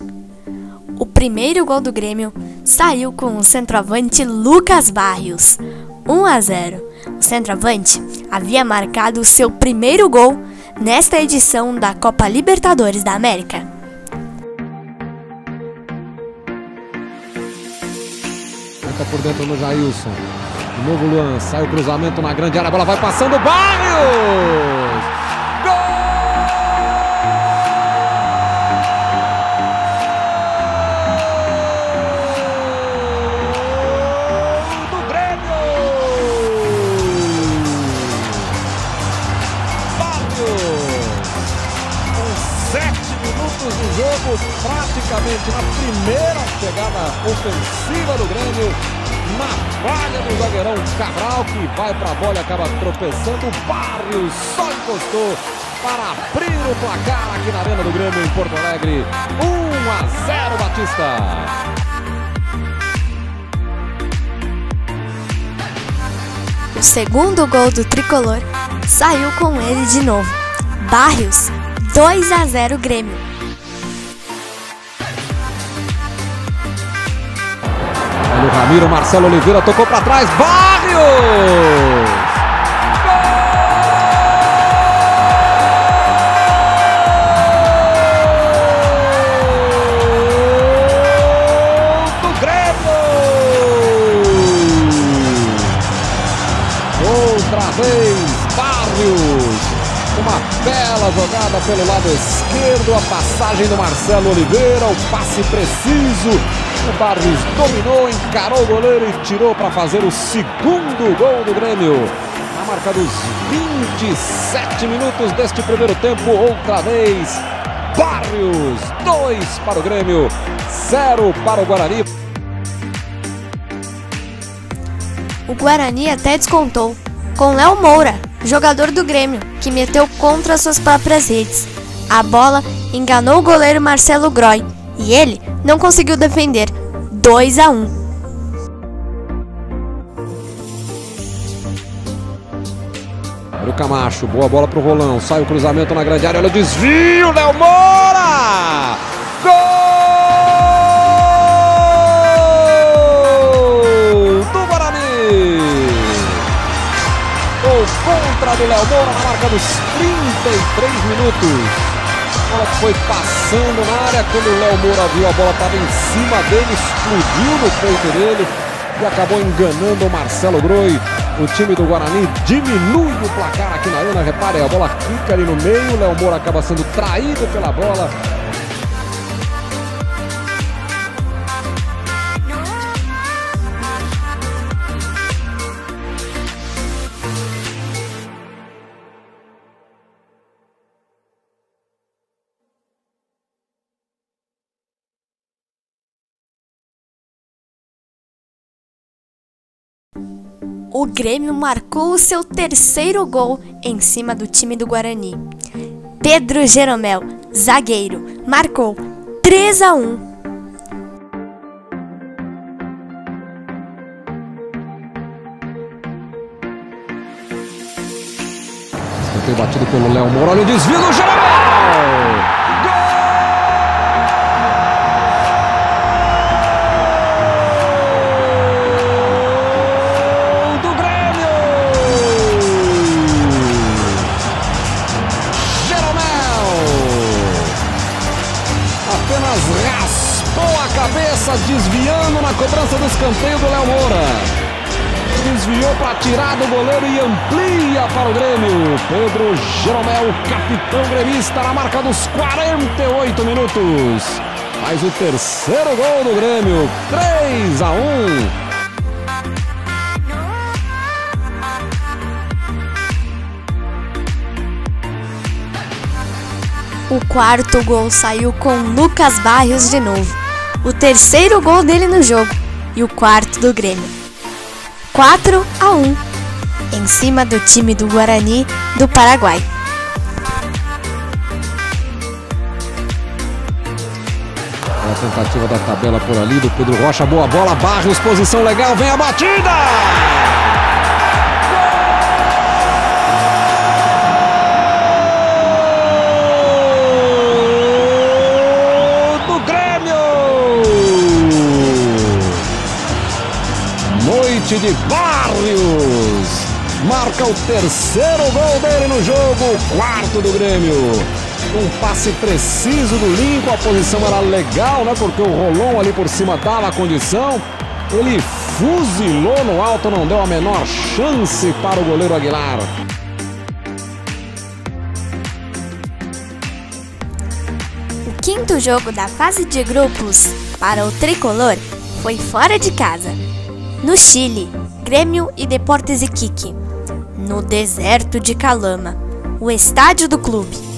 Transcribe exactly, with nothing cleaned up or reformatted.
O primeiro gol do Grêmio saiu com o centroavante Lucas Barrios, um a zero. O centroavante havia marcado o seu primeiro gol nesta edição da Copa Libertadores da América. Entra por dentro no Jailson. De novo Luan, sai o cruzamento na grande área, a bola vai passando, Barrios! Sete minutos de jogo, praticamente na primeira chegada ofensiva do Grêmio, na falha do zagueirão Cabral, que vai para a bola e acaba tropeçando. O Barrios só encostou para abrir o placar aqui na Arena do Grêmio em Porto Alegre. um a zero Batista. O segundo gol do tricolor saiu com ele de novo. Barrios, dois a zero Grêmio. Olha o Ramiro, Marcelo Oliveira tocou para trás, Barrios! Gol do Grêmio! Outra vez, Barrios! Uma bela jogada pelo lado esquerdo, a passagem do Marcelo Oliveira, o passe preciso. O Barrios dominou, encarou o goleiro e tirou para fazer o segundo gol do Grêmio. Na marca dos vinte e sete minutos deste primeiro tempo, outra vez, Barrios, dois para o Grêmio, zero para o Guarani. O Guarani até descontou, com Léo Moura, jogador do Grêmio, que meteu contra suas próprias redes. A bola enganou o goleiro Marcelo Groy e ele não conseguiu defender. dois a um. Olha o Camacho, boa bola para o Rolão, sai o cruzamento na grande área, olha o desvio, Léo Moura! Gol do Guarani! Gol contra do Léo Moura na marca dos trinta e três minutos. A bola foi passando na área, quando o Léo Moura viu, a bola estava em cima dele, explodiu no peito dele e acabou enganando o Marcelo Groy. O time do Guarani diminui o placar aqui na arena, repare, a bola fica ali no meio, o Léo Moura acaba sendo traído pela bola. O Grêmio marcou o seu terceiro gol em cima do time do Guarani. Pedro Jeromel, zagueiro, marcou três a um. Escanteio batido pelo Léo Moura, olha o desvio do Jeromel! Raspou a cabeça, desviando na cobrança do escanteio do Léo Moura. Desviou para tirar do goleiro e amplia para o Grêmio. Pedro Jeromel, capitão gremista, na marca dos quarenta e oito minutos. Faz o terceiro gol do Grêmio, três a um. O quarto gol saiu com Lucas Barrios de novo. O terceiro gol dele no jogo e o quarto do Grêmio. quatro a um em cima do time do Guarani do Paraguai. A tentativa da tabela por ali do Pedro Rocha, boa bola, Barrios, posição legal, vem a batida! Gol do Grêmio! chute de Barrios. Marca o terceiro gol dele no jogo, quarto do Grêmio. Um passe preciso do Lincoln, a posição era legal, né? Porque o Rolon ali por cima dava a condição. Ele fuzilou no alto, não deu a menor chance para o goleiro Aguilar. O quinto jogo da fase de grupos para o tricolor foi fora de casa, no Chile, Grêmio e Deportes Iquique, no deserto de Calama, o estádio do clube.